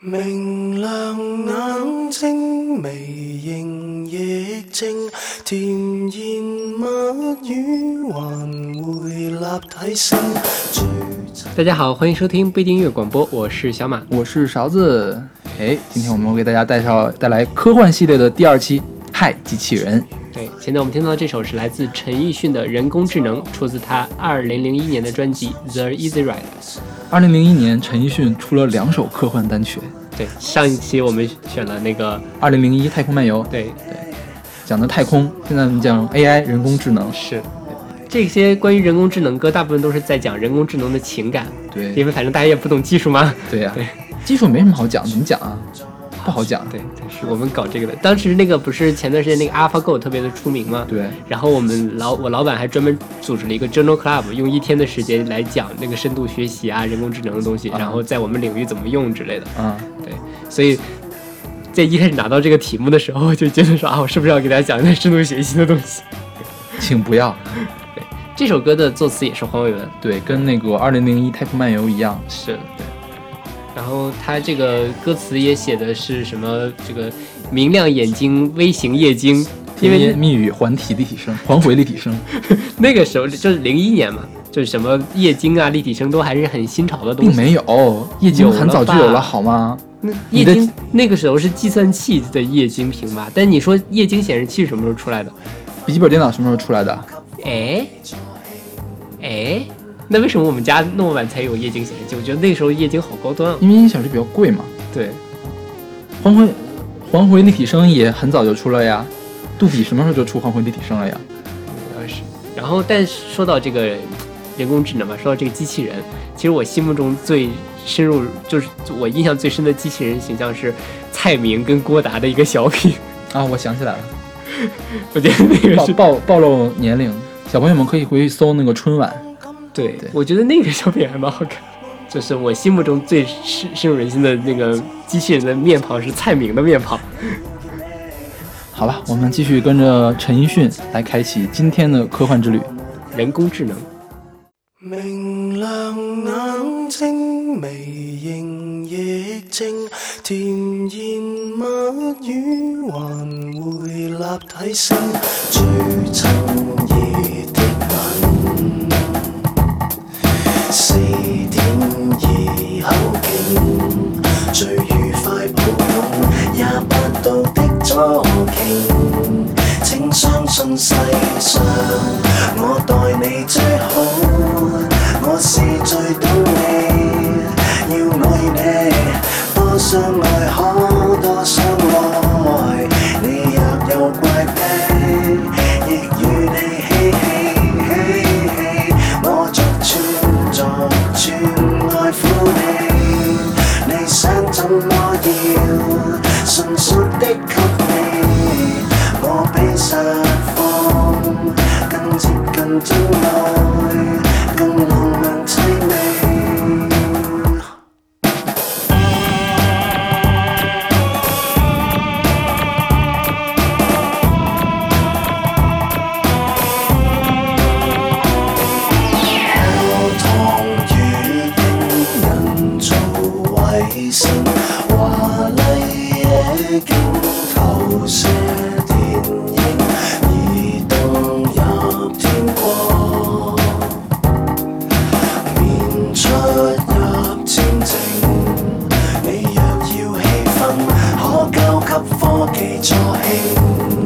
明亮眼睛，微形亦正，甜言蜜语还会立体声。 大家好，欢迎收听不一定音乐广播，我是小马， 我是勺子。今天我们为大家带来科幻系列的第二期《嗨机器人》。 对，现在我们听到的这首是来自陈奕迅的《人工智能》，出自他2001年的专辑《The Easy Ride》。 2001年，陈奕迅出了2首科幻单曲。 对，上一期我们选了那个 2001太空漫游。 对， 讲的太空，现在我们讲 AI 人工智能。 是，这些关于人工智能歌大部分都是在讲人工智能的情感。 对， 因为反正大家也不懂技术嘛。 对呀，技术没什么好讲，怎么讲啊？不好讲。 对，是我们搞这个的。当时那个不是前段时间那个 AlphaGo 特别的出名吗？ 对。 然后我老板还专门组织了一个 Journal Club， 用1天的时间来讲那个深度学习啊、人工智能的东西，然后在我们领域怎么用之类的。对。所以在一开始拿到这个题目的时候，就觉得说我是不是要给大家讲一点深度学习的东西？ 请不要。 对，这首歌的作词也是黄伟文。 对，跟那个2001太空漫游一样。 是。对。然后他这个歌词也写的是什么？这个明亮眼睛，微型液晶， 甜言蜜语，环回立体声。 那个时候就是01年嘛，就是什么液晶啊、立体声都还是很新潮的东西。 并没有，液晶很早就有了，好吗？ 那液晶那个时候是计算器的液晶屏吧？但你说液晶显示器什么时候出来的？ 笔记本电脑什么时候出来的？ 那为什么我们家那么晚才有液晶显示器？我觉得那时候液晶好高端啊。 因为液晶显示器比较贵嘛。 对，环回立体声也很早就出了呀。杜比什么时候就出环回立体声了呀？ 是。然后，但说到这个人工智能嘛，说到这个机器人，其实我心目中最深入，就是我印象最深的机器人形象是蔡明跟郭达的一个小品啊，我想起来了。 我觉得那个是暴露年龄，小朋友们可以回去搜那个春晚。 对，我觉得那个小品还蛮好看，就是我心目中最深入人心的那个机器人的面庞是蔡明的面庞。 好吧，我们继续跟着陈奕迅来开启今天的科幻之旅。 人工智能。 明亮眼睛，微形亦正，甜言蜜语还会立體聲，最親熱的吻，4點2口徑，最愉快抱擁，也不到的左傾，請相信世上我待你最好，我是最懂你，要愛你，多相愛可多相愛，你若有怪癖，亦與你嬉戲，我逐寸愛撫你，你想怎麼要迅速的給你，我比實況更接近真愛，更浪漫凄美。教堂與人造衛星，華麗夜景投射電影，移動入天國，面出入戰情，你若要氣氛，可交給科技助興。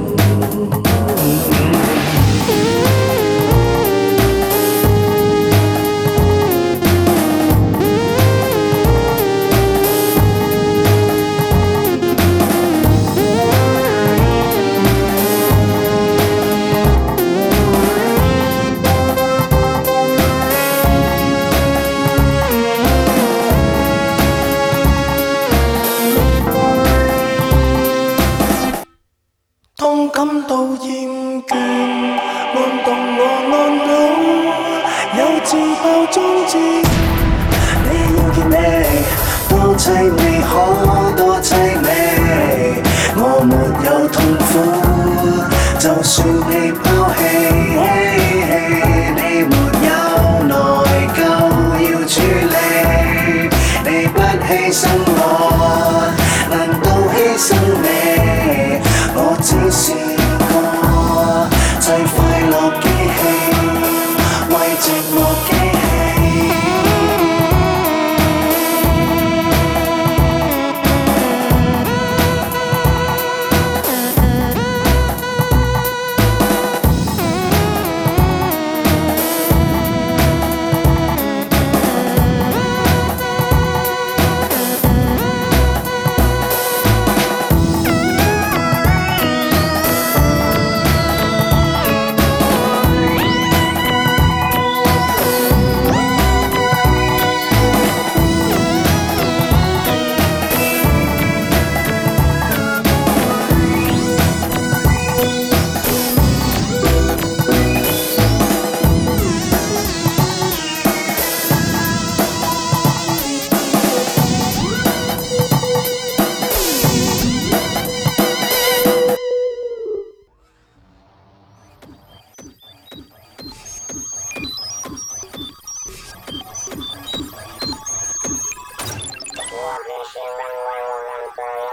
當感到厭倦，按動我按鈕，有自爆裝置，你要見你，多凄美可多凄美，我沒有痛苦，就算被拋棄，你沒有內疚要處理，你不犧牲我。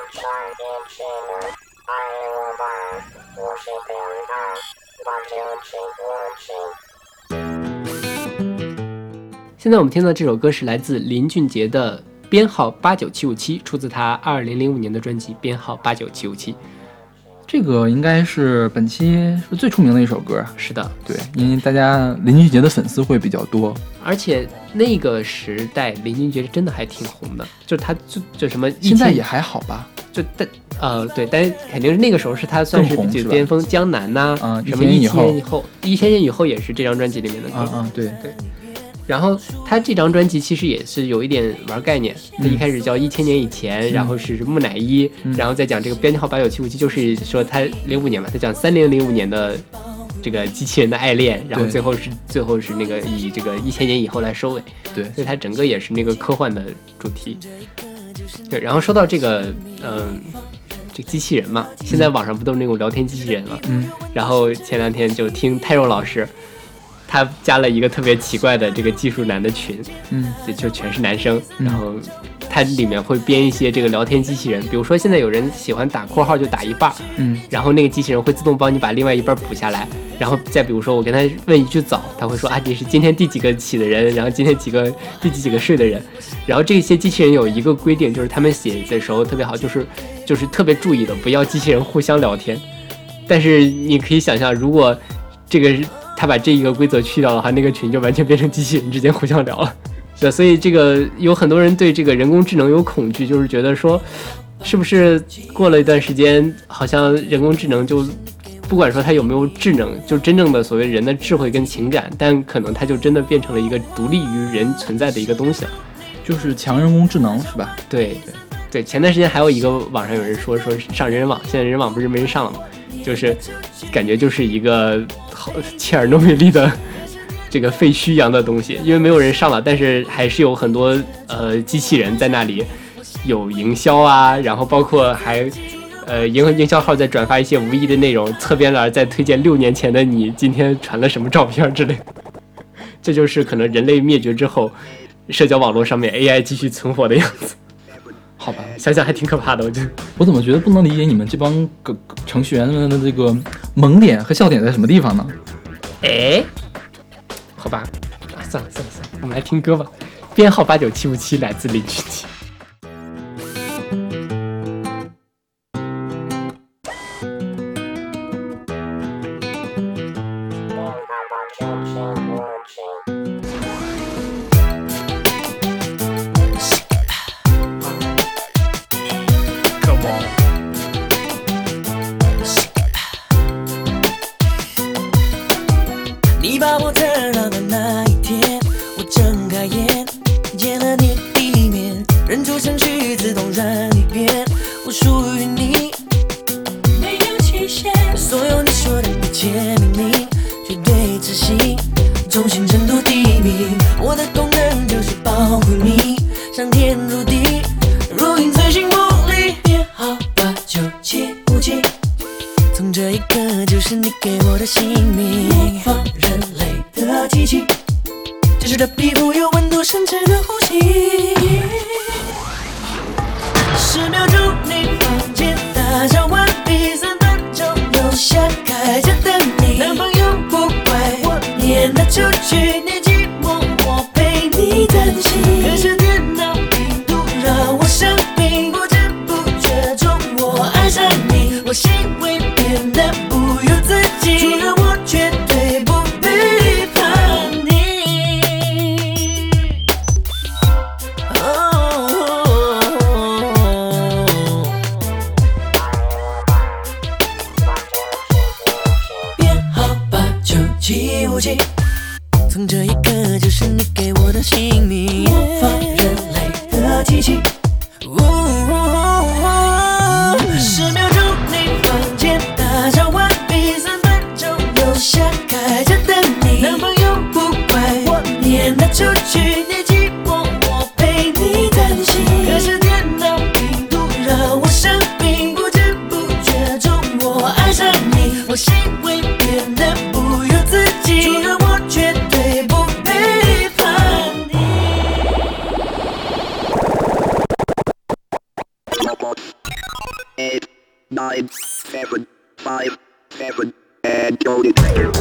现在我们听到这首歌是来自林俊杰的编号89757，出自他2005年的专辑编号89757。 这个应该是本期最出名的一首歌。 是的， 对，因为大家林俊杰的粉丝会比较多， 而且那个时代林俊杰真的还挺红的，就是他就什么现在也还好吧， 就对，但是肯定是那个时候是他算是比较巅峰，江南呐、什么1000年以后也是这张专辑里面的歌， 对。 然后他这张专辑其实也是有一点玩概念，他一开始叫1000年以前，然后是木乃伊，然后再讲这个编号89757，就是说他05年嘛，他讲3005年的这个机器人的爱恋，然后最后是那个以这个1000年以后来收尾， 对， 所以它整个也是那个科幻的主题。对，然后说到这个这个机器人嘛，现在网上不都是那种聊天机器人嘛，然后前2天就听泰肉老师。他加了一个特别奇怪的这个技术男的群，就全是男生，然后它里面会编一些这个聊天机器人，比如说现在有人喜欢打括号就打一半，然后那个机器人会自动帮你把另外一半补下来，然后再比如说我跟他问一句早，他会说啊你是今天第几个起的人，然后今天第几个睡的人，然后这些机器人有一个规定，就是他们写的时候特别好，就是特别注意的，不要机器人互相聊天，但是你可以想象，如果这个他把这一个规则去掉的话，那个群就完全变成机器人之间互相聊了。对，所以这个有很多人对这个人工智能有恐惧，就是觉得说，是不是过了一段时间，好像人工智能就不管说它有没有智能，就真正的所谓人的智慧跟情感，但可能它就真的变成了一个独立于人存在的一个东西了， 就是强人工智能是吧？ 对，前段时间还有一个网上有人说上人人网，现在人人网不是没人上了吗？就是感觉就是一个切尔诺贝利的这个废墟一样的东西，因为没有人上了，但是还是有很多机器人在那里有营销啊，然后包括还营销号在转发一些无意的内容，侧边栏在推荐6年前的你今天传了什么照片之类的。这就是可能人类灭绝之后，社交网络上面 AI 继续存活的样子。好吧，想想还挺可怕的， 我怎么觉得不能理解你们这帮程序员们的这个萌点和笑点在什么地方呢？ 好吧，算了，我们来听歌吧。编号89757来自林俊杰。 你把我看到的那一天，我睁开眼，见了你第一面，人就像去自动燃一遍，我属于你，没有期限。所有你说的一切命令，绝对执行，忠心程度第一名。我的功能就是保护你，上天入地，如影随形不离。编号89757。从这一刻就是你给我的姓名，模仿人类的机器，真实的皮肤有温度，深沉的呼吸。10秒钟你房间打扫完毕，3分钟留下开着等你。男朋友不怪我撵他出去，你寂寞我陪你担心。可是电脑病毒让我生病，不知不觉中我爱上你，我心会变得不由自己，除了我绝对不背叛你。编号89757。从这 8, 9, 7, 5, 7, and go it.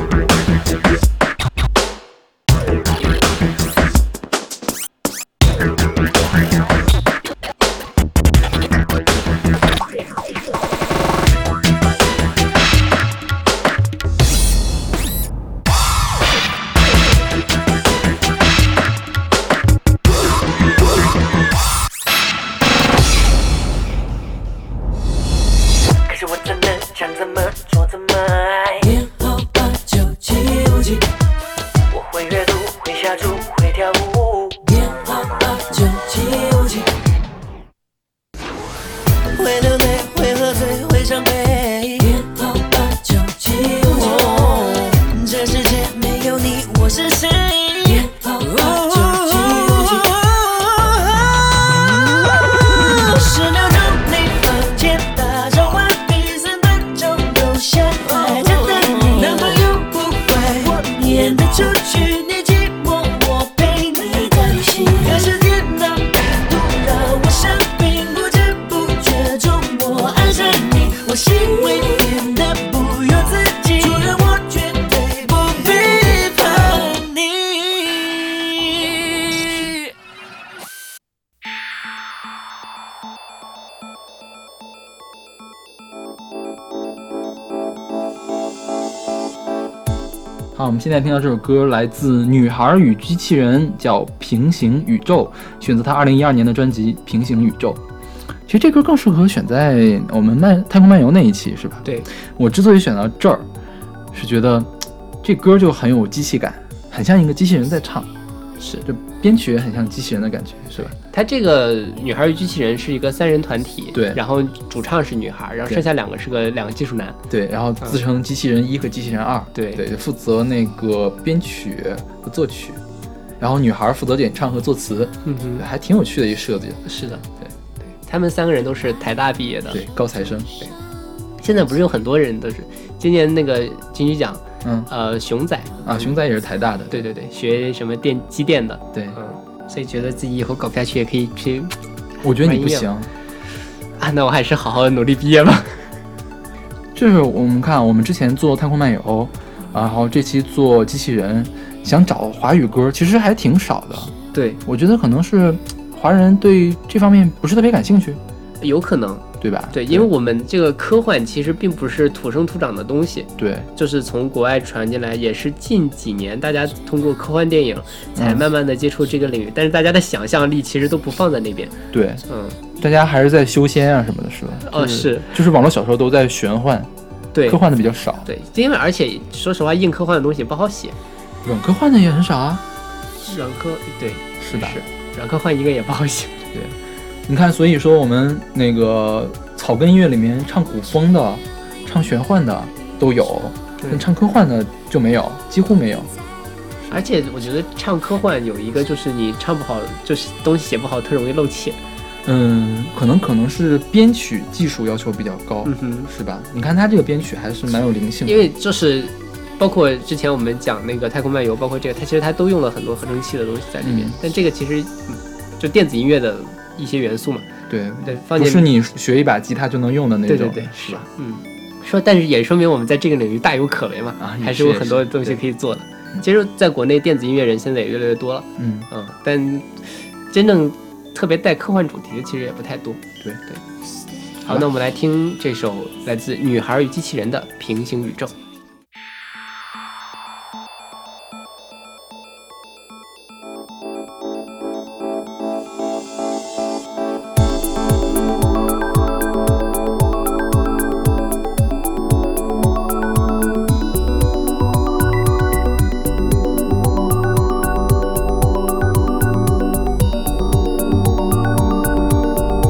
好，我们现在听到这首歌来自女孩与机器人，叫《平行宇宙》，选择她2012年的专辑《平行宇宙》。其实这歌更适合选在我们太空漫游那一期，是吧？ 对，我之所以选到这儿，是觉得这歌就很有机器感，很像一个机器人在唱， 是， 就编曲也很像机器人的感觉，是吧？ 它这个女孩与机器人是一个3人团体， 对， 然后主唱是女孩，然后剩下2个是两个技术男， 对，然后自称机器人1和机器人2， 对， 负责那个编曲和作曲，然后女孩负责演唱和作词，还挺有趣的一个设计。 是的，对，他们3个人都是台大毕业的， 对，高材生。 对，现在不是有很多人都是，今年那个金曲奖，熊仔啊，熊仔也是台大的， 对，学什么机电的， 对， 所以觉得自己以后搞不下去也可以去。 我觉得你不行啊，那我还是好好努力毕业吧。 就是我们看，我们之前做太空漫游，然后这期做机器人，想找华语歌其实还挺少的。 对， 我觉得可能是华人对这方面不是特别感兴趣， 有可能。 对吧？ 对，因为我们这个科幻其实并不是土生土长的东西， 对， 就是从国外传进来，也是近几年大家通过科幻电影才慢慢的接触这个领域，但是大家的想象力其实都不放在那边。 对，大家还是在修仙啊什么的，是吧？就是网络小说都在玄幻， 对， 科幻的比较少。 对，因为而且说实话，硬科幻的东西不好写， 软科幻的也很少啊。 对， 是吧？ 是软科幻一个也不好写。 对。你看，所以说我们那个草根音乐里面唱古风的、唱玄幻的都有，但唱科幻的就没有，几乎没有。 而且我觉得唱科幻有一个就是你唱不好，就是东西写不好，特容易漏气。 可能是编曲技术要求比较高，是吧？你看他这个编曲还是蛮有灵性的， 因为就是包括之前我们讲那个太空漫游，包括这个，它其实它都用了很多合成器的东西在里面，但这个其实就电子音乐的一些元素嘛， 对，不是你学一把吉他就能用的那种， 对， 是吧？ 但是也说明我们在这个领域大有可为嘛，还是有很多东西可以做的。其实，在国内电子音乐人现在也越来越多了，但真正特别带科幻主题的其实也不太多。对。好，那我们来听这首来自女孩与机器人的《平行宇宙》。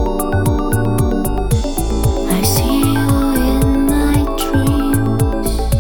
I see you in my dreams.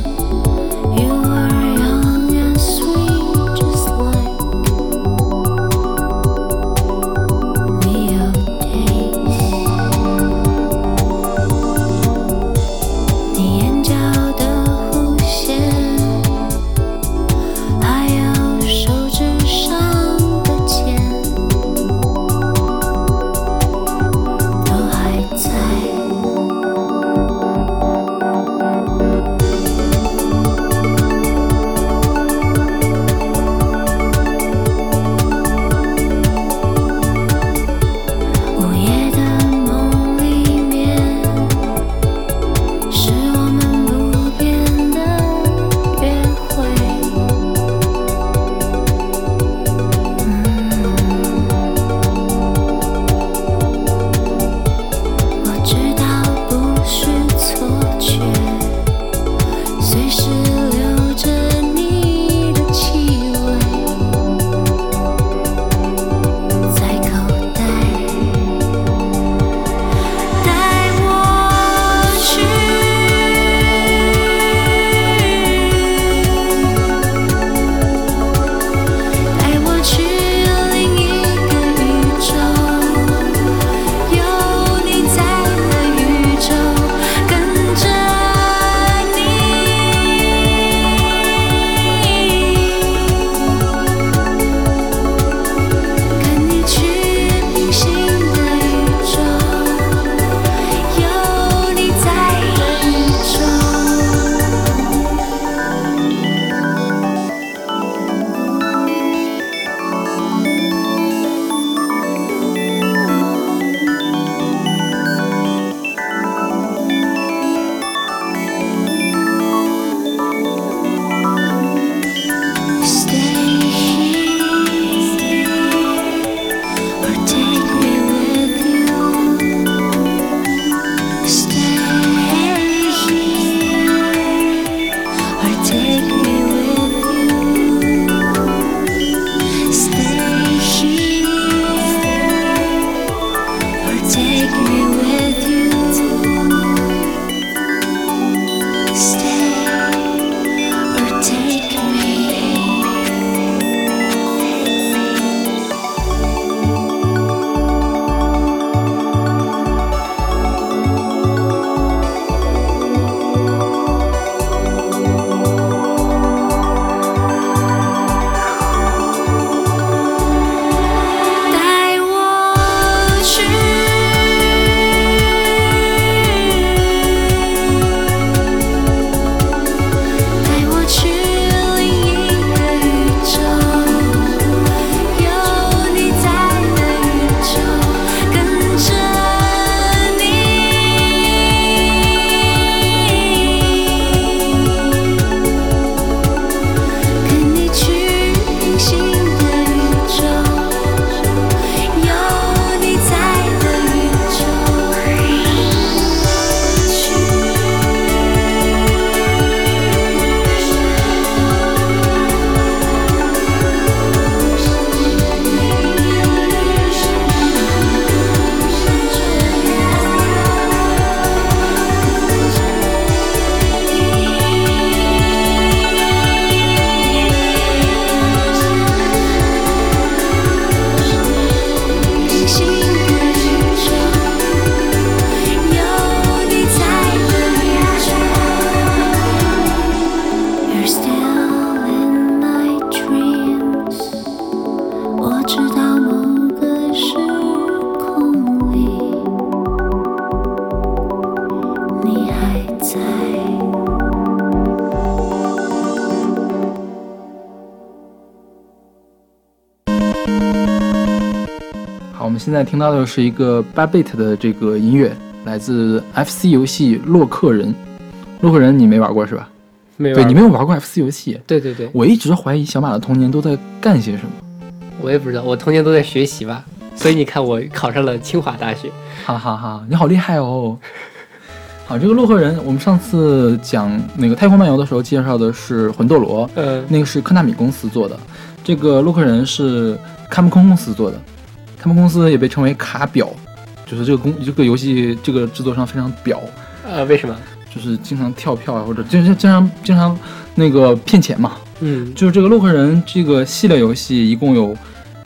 们现在听到的是一个8-bit 的这个音乐，来自 FC 游戏洛克人。洛克人你没玩过是吧？ 没玩过。 对，你没有玩过 FC 游戏？ 对对对， 我一直怀疑小马的童年都在干些什么。 我也不知道，我童年都在学习吧，所以你看我考上了清华大学。 哈哈哈，你好厉害哦！好，这个洛克人，我们上次讲那个太空漫游的时候介绍的是魂斗罗，那个是科纳米公司做的，这个洛克人是卡姆空公司做的，卡姆公司也被称为卡表，就是这个游戏这个制作商非常表， 为什么？ 就是经常跳票啊，或者经常那个骗钱嘛，就是这个洛克人这个系列游戏一共有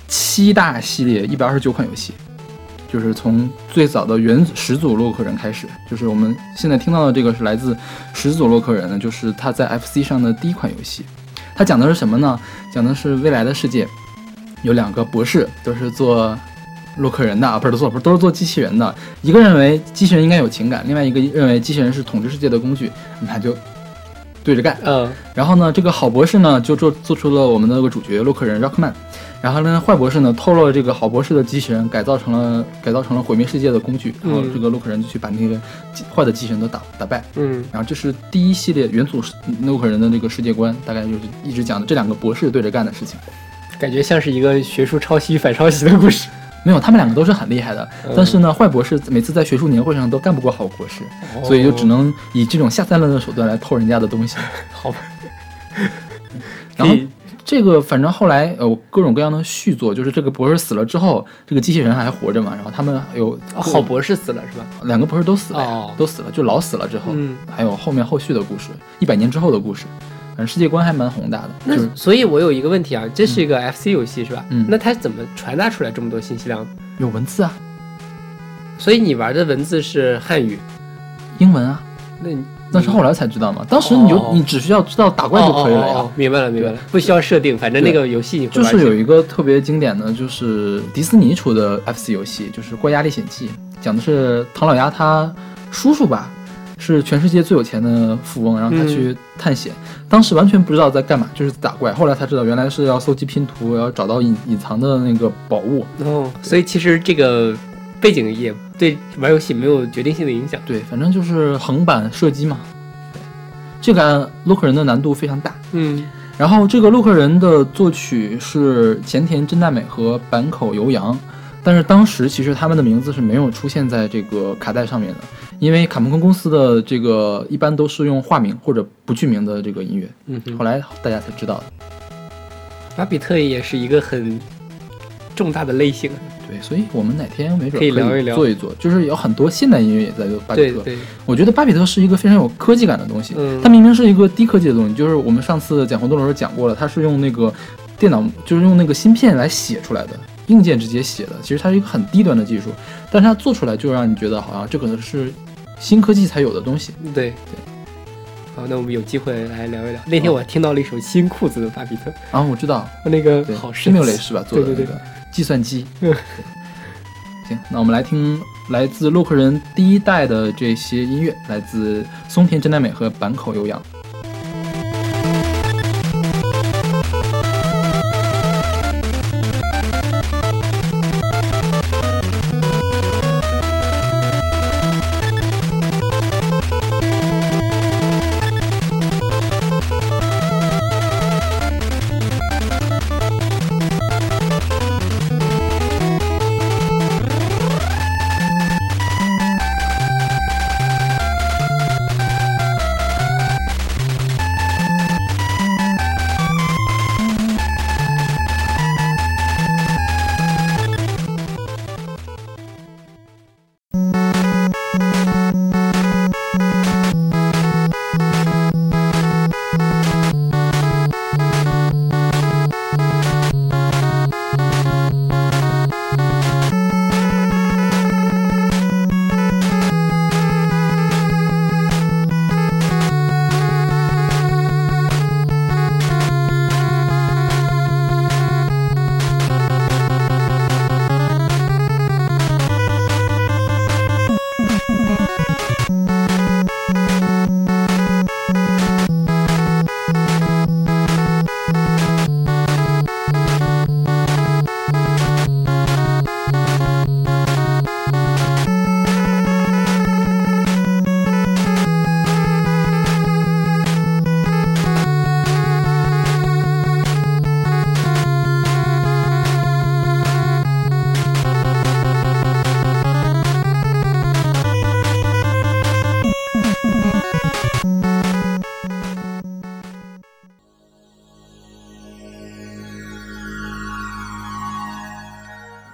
7大系列，129款游戏。就是从最早的始祖洛克人开始，就是我们现在听到的这个是来自始祖洛克人呢，就是他在 FC 上的第一款游戏。他讲的是什么呢？讲的是未来的世界，有2个博士都是做洛克人的，不是都是做机器人的。一个认为机器人应该有情感，另外一个认为机器人是统治世界的工具，那就对着干。然后呢，这个好博士呢就做出了我们的那个主角洛克人 Rockman。然后呢，坏博士呢偷了这个好博士的机器人，改造成了毁灭世界的工具。然后这个洛克人就去把那个坏的机器人都打败。然后这是第一系列元祖洛克人的这个世界观，大概就是一直讲的这2个博士对着干的事情。 感觉像是一个学术抄袭反抄袭的故事。 没有，他们2个都是很厉害的，但是呢，坏博士每次在学术年会上都干不过好博士，所以就只能以这种下三滥的手段来偷人家的东西。 好吧。 然后这个反正后来各种各样的续作，就是这个博士死了之后，这个机器人还活着嘛，然后他们有好博士死了是吧 ？2个博士都死了，都死了，就老死了之后，还有后续的故事，100年之后的故事。反正世界观还蛮宏大的。 那所以我有一个问题啊，这是一个 FC 游戏是吧？那它怎么传达出来这么多信息量？ 有文字啊。所以你玩的文字是汉语、 英文啊？那是后来才知道嘛。当时你只需要知道打怪就可以了呀。 明白了，不需要设定，反正那个游戏你会玩。 就是有一个特别经典的，就是迪士尼出的 FC 游戏，就是《怪鸭历险记》，讲的是唐老鸭他叔叔吧，是全世界最有钱的富翁，然后他去探险，当时完全不知道在干嘛，就是打怪，后来才知道原来是要搜集拼图，要找到隐藏的那个宝物。 所以其实这个背景也对玩游戏没有决定性的影响。 对，反正就是横版射击嘛。这个洛克人的难度非常大。然后这个洛克人的作曲是前田真奈美和坂口由洋，但是当时其实他们的名字是没有出现在这个卡带上面的，因为卡姆空公司的这个一般都是用化名或者不具名的这个音乐。后来大家才知道的。 巴比特也是一个很重大的类型。 对，所以我们哪天没准可以聊一聊， 做一做，就是有很多现代音乐也在巴比特。 对， 我觉得巴比特是一个非常有科技感的东西。它明明是一个低科技的东西，就是我们上次讲魂斗罗时讲过了，它是用那个电脑，就是用那个芯片来写出来的，硬件直接写的。其实它是一个很低端的技术，但是它做出来就让你觉得好像这可能是新科技才有的东西。 对。好，那我们有机会来聊一聊。那天我听到了一首新裤子的巴比特啊，我知道那个好神奇， 是吧？做的那个计算机。行，那我们来听来自洛克人第1代的这些音乐，来自松田真奈美和坂口由洋。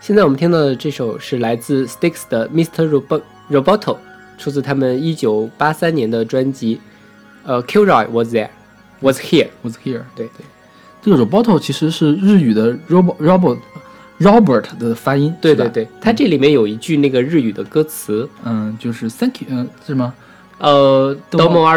现在我们听到的这首是来自 Styx 的 Mr. Roboto， 出自他们1983年的专辑Kilroy Was Here。 对， 这个 Roboto 其实是日语的 Robert 的发音。 对，它这里面有一句那个日语的歌词， 就是 Thank you，是吗 ？Domo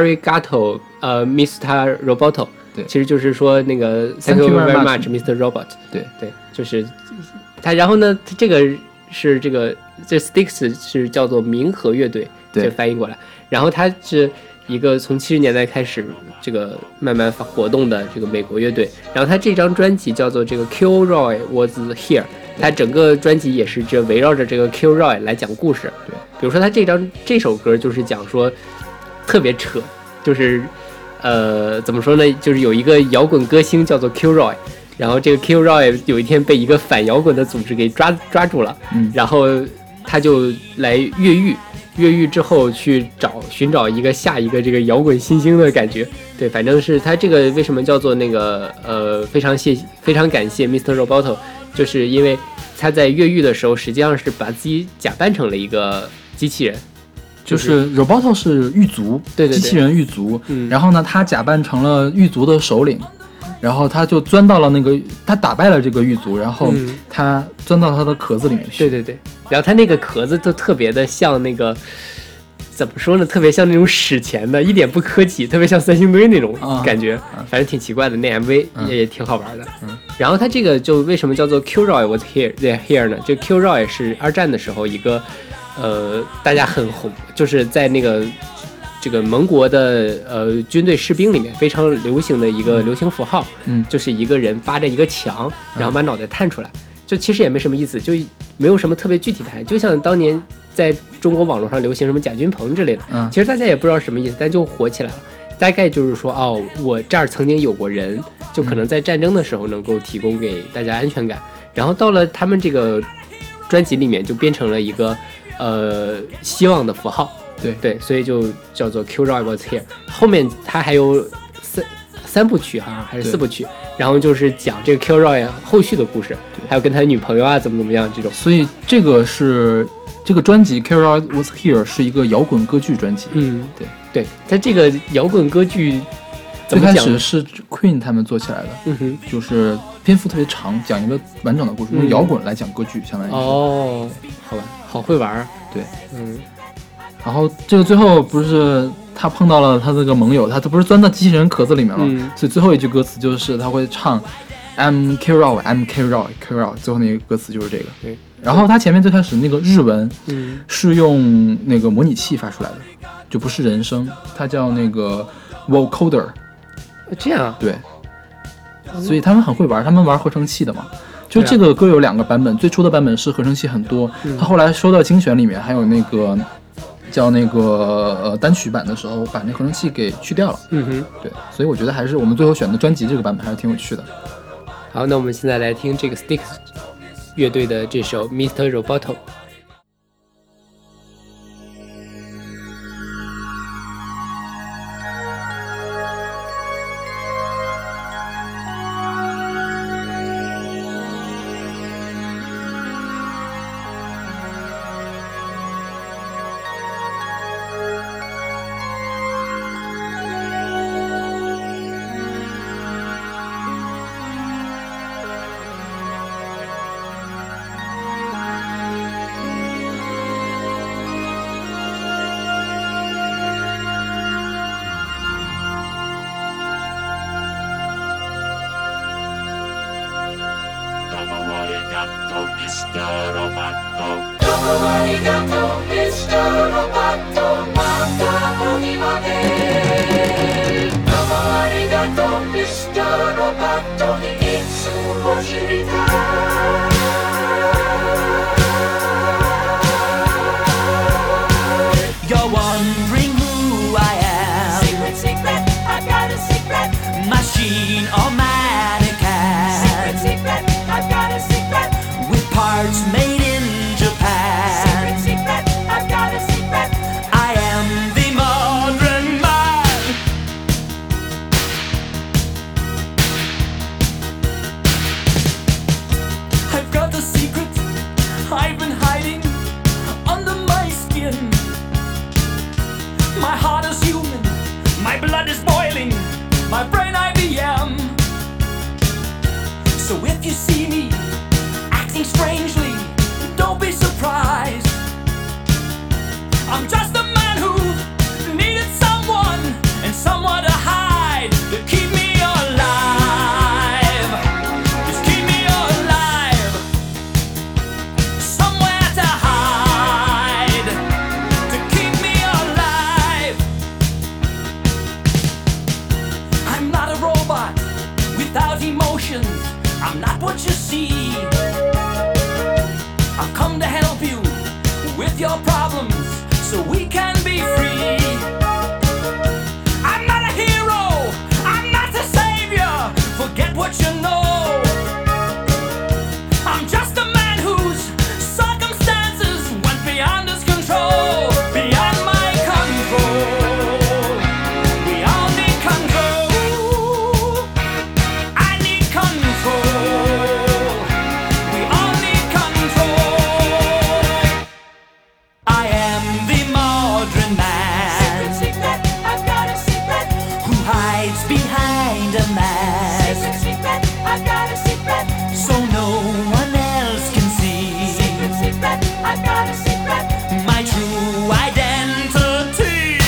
arigato，Mr. Roboto。 对， 其实就是说那个 Thank you very much, Mr. Robot。对，就是他。然后呢，这个是这 Styx 是叫做冥河乐队，这翻译过来。然后它是一个从70年代开始这个慢慢活动的这个美国乐队。然后他这张专辑叫做这个 Kilroy Was Here， 他整个专辑也是围绕着这个 Kilroy 来讲故事。 对， 比如说他这首歌就是讲说特别扯，就是怎么说呢？就是有一个摇滚歌星叫做 Kilroy， 然后这个 Kilroy 有一天被一个反摇滚的组织给抓住了，然后他就来越狱之后去寻找下一个这个摇滚新星的感觉。对，反正是他这个为什么叫做那个非常感谢 Mr. Roboto， 就是因为他在越狱的时候实际上是把自己假扮成了一个机器人。 就是 Roboto 是狱卒， 对， 机器人狱卒。然后呢，他假扮成了狱卒的首领，然后他就钻到了他打败了这个狱卒，然后他钻到他的壳子里面去。 对，然后他那个壳子就特别的像那个怎么说呢？特别像那种史前的，一点不科技，特别像三星堆那种感觉，反正挺奇怪的。那 MV 也挺好玩的。然后他这个就为什么叫做 Kilroy Was Here 呢？就 Kilroy 是二战的时候一个。大家很红，就是在这个盟国的军队士兵里面非常流行的一个流行符号，就是一个人扒着一个墙，然后把脑袋探出来，就其实也没什么意思，就没有什么特别具体的，就像当年在中国网络上流行什么贾君鹏之类的，其实大家也不知道什么意思，但就火起来了。大概就是说，我这儿曾经有过人，就可能在战争的时候能够提供给大家安全感，然后到了他们这个专辑里面就变成了一个希望的符号。对，所以就叫做 Kilroy Was Here。 后面他还有三部曲好像还是4部曲，然后就是讲这个 Kilroy 后续的故事，还有跟他女朋友啊怎么样这种。 所以这个专辑 Kilroy Was Here 是一个摇滚歌剧专辑。 对，他这个摇滚歌剧最开始是 Queen 他们做起来的，就是篇幅特别长，讲一个完整的故事，用摇滚来讲歌剧，相当于好吧，好会玩。对， 然后这个最后不是他碰到了他这个盟友，他不是钻到机器人壳子里面了，所以最后一句歌词就是他会唱 I'm Kilroy I'm Kilroy， 最后那个歌词就是这个。 对， 然后他前面最开始那个日文是用那个模拟器发出来的，就不是人声，它叫那个 vocoder。 这样。 对，所以他们很会玩，他们玩合成器的嘛。就这个歌有2个版本，最初的版本是合成器很多，他后来收到精选里面还有那个叫那个单曲版的时候，把那合成器给去掉了。对，所以我觉得还是我们最后选的专辑这个版本还是挺有趣的。 好，那我们现在来听这个 Styx 乐队的这首 Mr. Roboto。 My heart is human, my blood is boiling, my brain IBM. So if you see me acting strangely, don't be surprised. I'm just a man who needed someone and someone to hide, to keep me alive. Just keep me alive. Somewhere to hide, to keep me alive. I'm not a robot without emotions. I'm not what you see. I've come to help you with your problems so we can be free. I'm not a hero, I'm not a savior, forget what you know. I'm just a man whose circumstances went beyond his control, beyond my control. We all need control. I need control. We all need control. I am the modern man. Secret, secret, I've got a secret. Who hides behind a mask. Secret, secret, I've got a secret. So no one else can see. Secret, secret, I've got a secret. My true identity.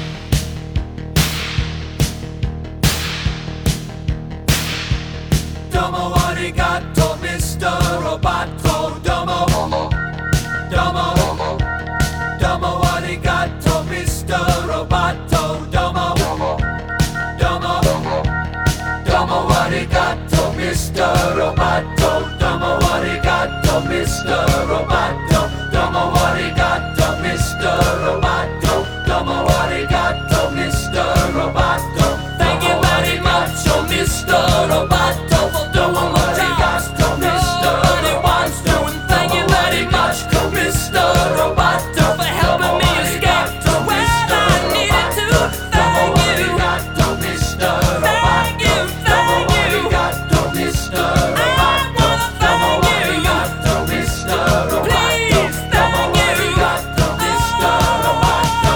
Domo arigato, Mr. Roboto. Domo, domo, domo arigato, Mr. Roboto. Domo, domo, domo arigato, Mr. Roboto. Domo arigato, Mr. Roboto. Domo arigato, Mr. Roboto. Domo arigato, Mr. Roboto. Thank you very much, oh Mr. Roboto, for doing what I asked, oh Mr. Roboto. And thank you very much, oh Mr. Roboto, for helping me escape to where I needed to. Thank you, Mr. Roboto. Thank you, Mr. Roboto. I wanna thank you, Mr. Roboto. Please, thank you, Mr. Roboto.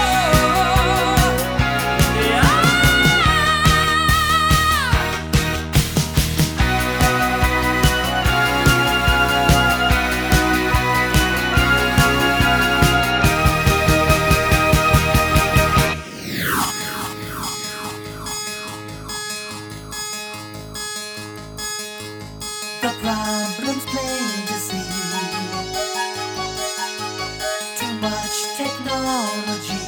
Yeah. The problem's plain to see. Too much technology.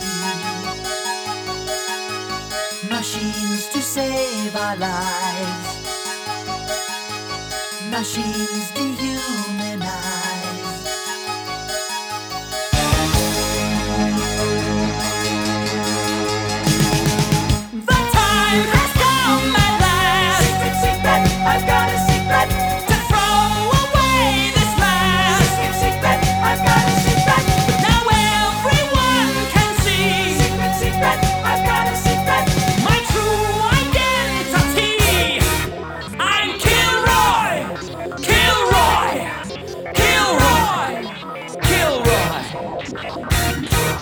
Machines to save our lives. Machines dehumanize. The time has come at last. Secret, secret, I've got a secret. To throw away this mask. Secret, secret, I've got a secret. But now everyone can see. Secret, secret, I've got a secret. My true identity. I'm Kilroy. Kilroy. Kilroy. Kilroy.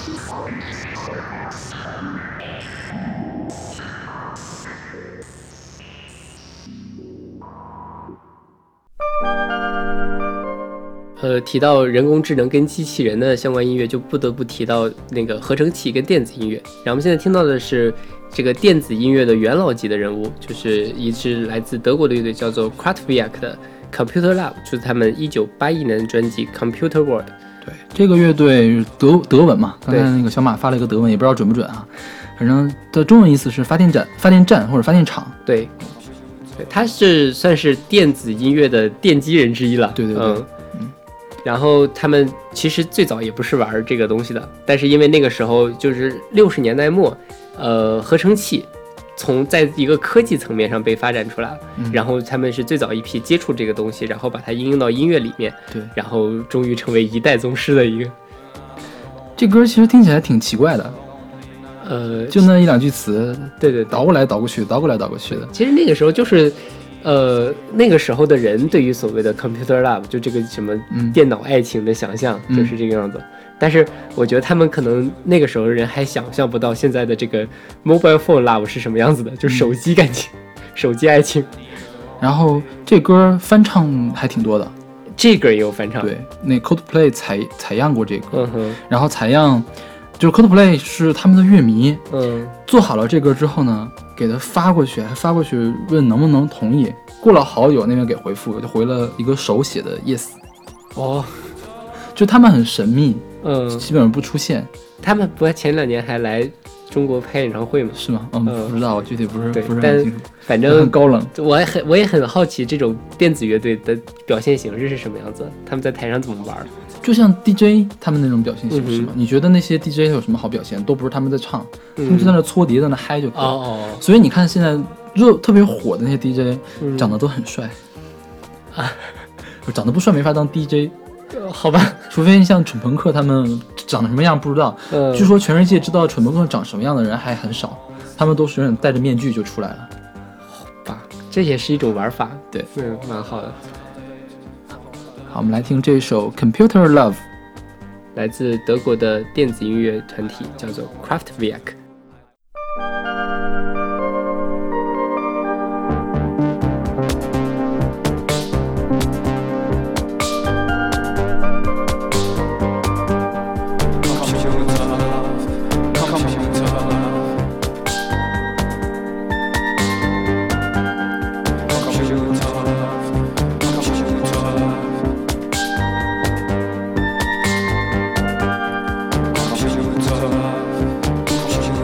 提到人工智能跟机器人的相关音乐，就不得不提到那个合成器跟电子音乐。然后我们现在听到的是这个电子音乐的元老级的人物，就是一支来自德国的乐队，叫做 Kraftwerk 的 Computer Lab， 就是他们1981年的专辑 Computer World。 对，这个乐队德文嘛，刚才那个小马发了一个德文，也不知道准不准啊。反正的中文意思是发电站或者发电厂。 对，他是算是电子音乐的奠基人之一了。 对对对。 然后他们其实最早也不是玩这个东西的，但是因为那个时候就是60年代末，合成器在一个科技层面上被发展出来了，然后他们是最早一批接触这个东西，然后把它应用到音乐里面， 对， 然后终于成为一代宗师的一个。 这歌其实听起来挺奇怪的，就那一两句词， 对， 倒过来倒过去，倒过来倒过去的。 其实那个时候就是那个时候的人对于所谓的 computer love 就这个什么电脑爱情的想象就是这个样子。但是我觉得他们可能那个时候的人还想象不到现在的这个 mobile phone love 是什么样子的，就是手机感情、手机爱情。 然后这歌翻唱还挺多的， 这个也有翻唱。 对，那 Coldplay 采样过这个， 哼， 然后采样就是 Coldplay 是他们的乐迷，做好了这歌之后呢，给他发过去，还发过去问能不能同意。过了好久，那边给回复，就回了一个手写的 yes。 哦， 就他们很神秘，基本上不出现。 他们不前2年还来中国开演唱会吗？ 是吗？不知道，具体不是很清楚。 反正很高冷。 我也很好奇这种电子乐队的表现形式是什么样子，他们在台上怎么玩？ 就像 DJ 他们那种表现形式嘛。你觉得那些 DJ 有什么好表现？都不是他们在唱，他们就在那搓碟，在那嗨就可以。所以你看现在特别火的那些 DJ，长得都很帅啊，长得不帅没法当 DJ。 好吧， 除非像蠢朋克他们长得什么样不知道。据说全世界知道蠢朋克长什么样的人还很少，他们都是戴着面具就出来了。 好吧，这也是一种玩法。 对， 蛮好的。 好，我们来听这首 Computer Love， 来自德国的电子音乐团体叫做 Kraftwerk。 Computer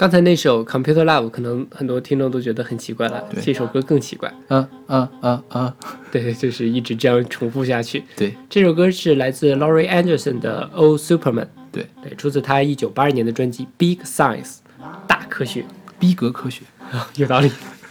刚才那首 Computer Love 可能很多听众都觉得很奇怪了， 对这首歌更奇怪。对，就是一直这样重复下去。 对这首歌是来自 Laurie Anderson 的 Oh Superman， 对， 出自他1982年的专辑 Big Science 大科学。 逼格科学。 有道理。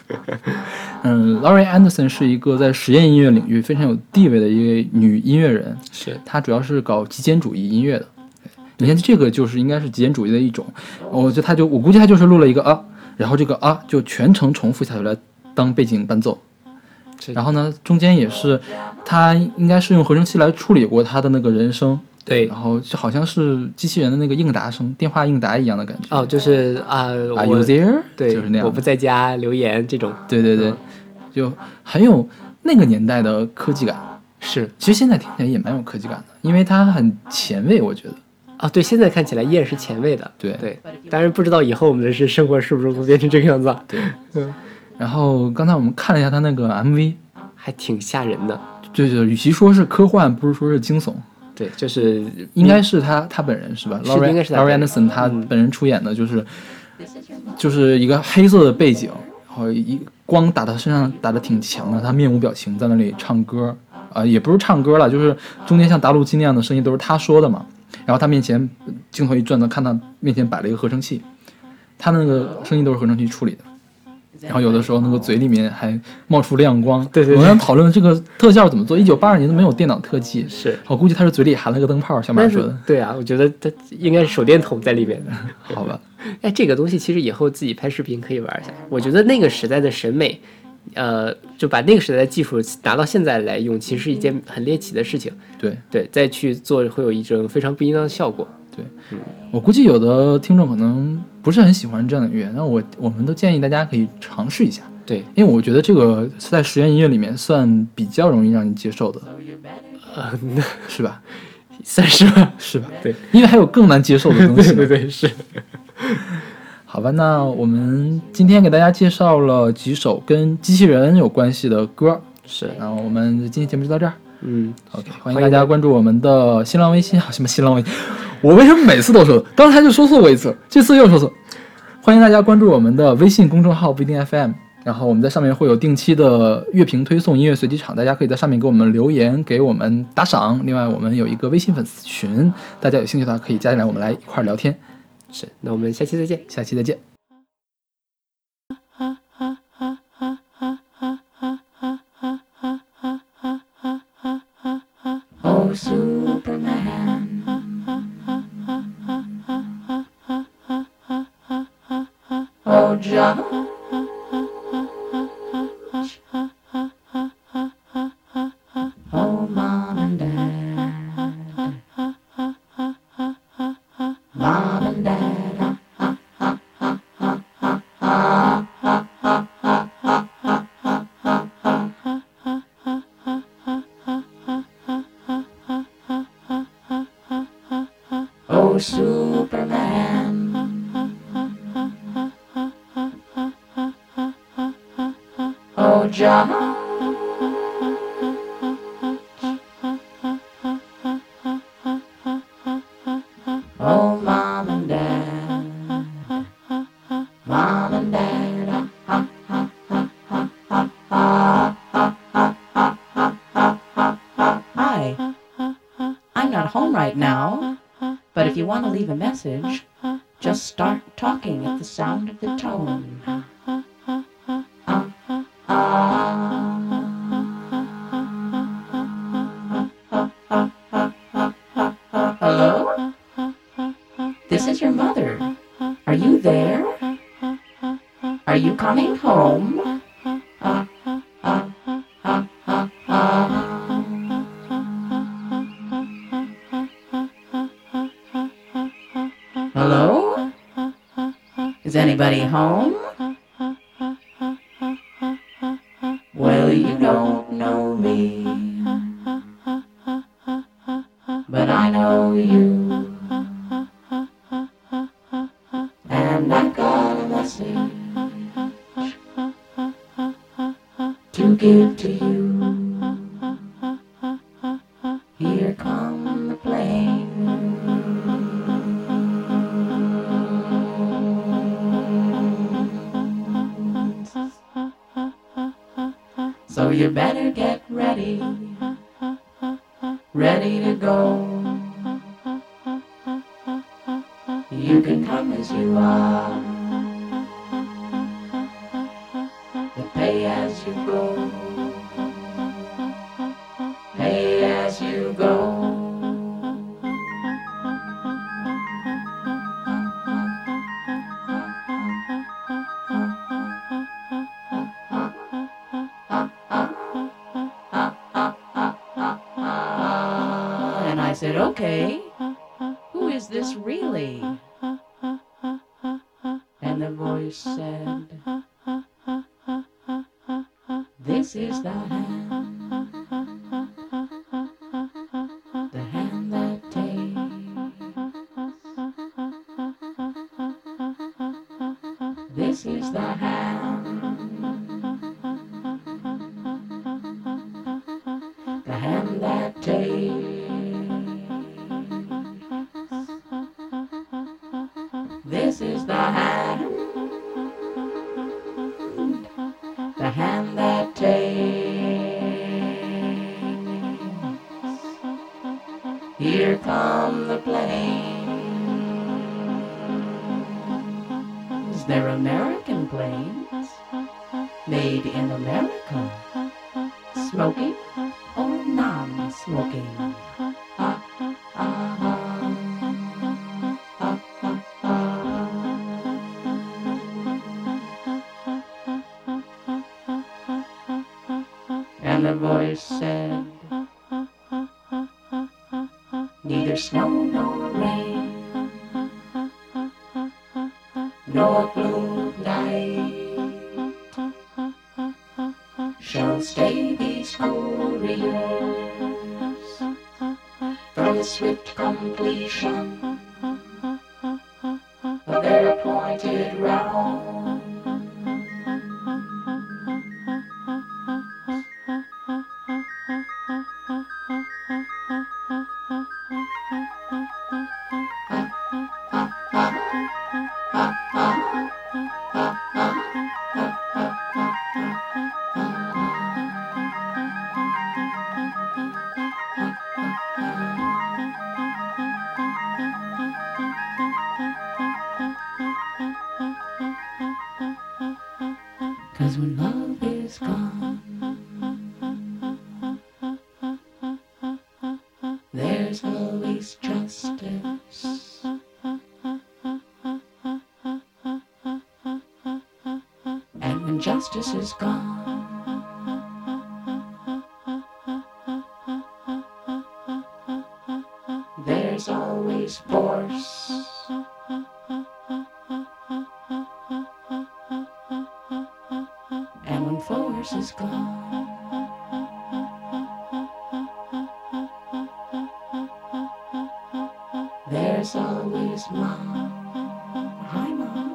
Laurie Anderson 是一个在实验音乐领域非常有地位的一位女音乐人， 是她主要是搞极简主义音乐的。你看这个就是应该是极简主义的一种，我估计她就是录了一个啊，然后这个啊就全程重复下去来当背景伴奏。然后呢，中间也是她应该是用合成器来处理过她的那个人声。 对， 然后就好像是机器人的那个应答声，电话应答一样的感觉。 哦，就是 Are you there？ 对， 就是那样。 我不在家留言这种。 对，就很有那个年代的科技感。 是， 其实现在听起来也蛮有科技感的，因为它很前卫，我觉得。 啊，对，现在看起来依然是前卫的。 对， 当然不知道以后我们的生活是不是会变成这个样子啊。 对，然后刚才我们看了一下他那个 MV， 还挺吓人的。 就是与其说是科幻，不如说是惊悚。 对，就是应该是他本人是吧应该是他 ？Laurie Anderson 他本人出演的，就是一个黑色的背景，然后光打他身上打得挺强的，他面无表情在那里唱歌，也不是唱歌了，就是中间像达鲁基那样的声音都是他说的嘛。然后他面前镜头一转呢，看他面前摆了一个合成器，他那个声音都是合成器处理的。然后有的时候那个嘴里面还冒出亮光。 对， 我们讨论这个特效怎么做，1982年都没有电脑特技， 是我估计他是嘴里含了个灯泡，小马说的。 对啊，我觉得他应该是手电筒在里面的。 好吧， 哎，这个东西其实以后自己拍视频可以玩一下。我觉得那个时代的审美，就把那个时代的技术拿到现在来用，其实是一件很猎奇的事情。对，再去做会有一种非常不一样的效果。 对，我估计有的听众可能不是很喜欢这样的音乐，那我们都建议大家可以尝试一下。 对， 因为我觉得这个在实验音乐里面算比较容易让你接受的，是吧？ 算是吧， 是吧？ 对， 因为还有更难接受的东西。 对，是。 好吧，那我们今天给大家介绍了几首跟机器人有关系的歌， 是。 然后我们今天节目就到这儿。OK， 欢迎大家关注我们的新浪微信，什么新浪微信？我为什么每次都说？刚才就说错过一次，这次又说错。欢迎大家关注我们的微信公众号不一定 FM， 然后我们在上面会有定期的乐评推送、音乐随机场，大家可以在上面给我们留言，给我们打赏。另外，我们有一个微信粉丝群，大家有兴趣的话可以加进来，我们来一块聊天。 是，那我们下期再见。 下期再见。 Oh, Superman. Oh, John. Oh, Mom and Dad. Mom and Dad. Oh, Superman. Oh, John. Oh, Mom and Dad. Mom and Dad. Hi. I'm not home right now, but if you want to leave a message, just start talking at the sound of the tone. Hello? This is your mother. Are you there? Are you coming home? Hello? Is anybody home? Well, you don't know me, but I know you. And I've got a message to give to you. Here come the plane. So you better get ready, ready to go. You can come as you are, but pay as you go, pay as you go. And I said, okay, who is this really? And the voice said, this is the hand that takes. This is the hand that takes. This is the hand that takes. Here come the planes. They're American planes, made in America. Smoking or non-smoking? And the voice said, neither snow nor rain, nor blue night shall stay these couriers from the swift completion of their appointed round. Cause when love is gone, there's always justice. And when justice is gone, there's always force. And when force is gone, there's always mom. Hi, mom.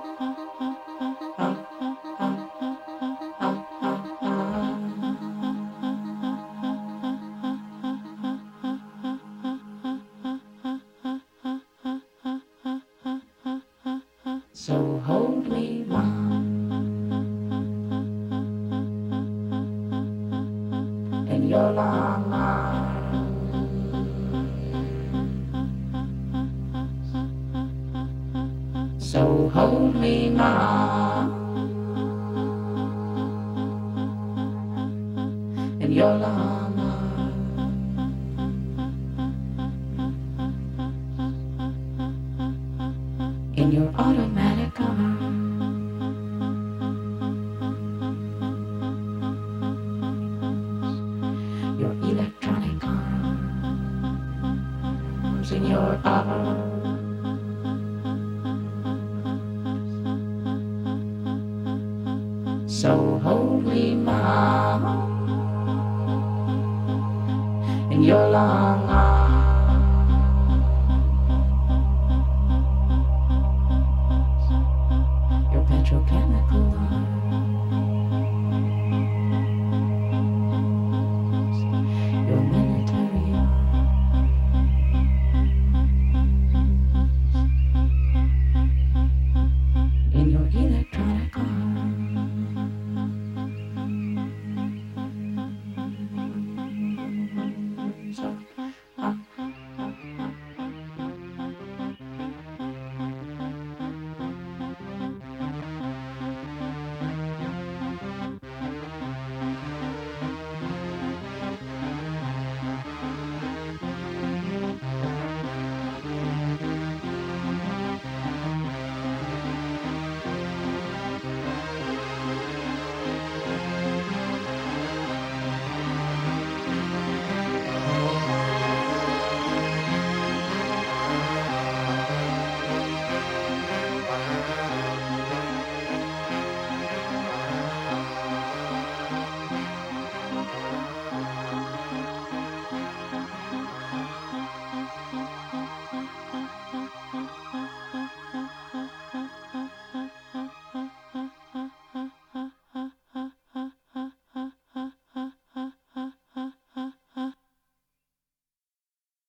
So hold me, mom, in your long arms. So hold me, mom, in your long arms. In your automatic arms. Your electronic arms. In your arms. So hold me, mom, in your long arms.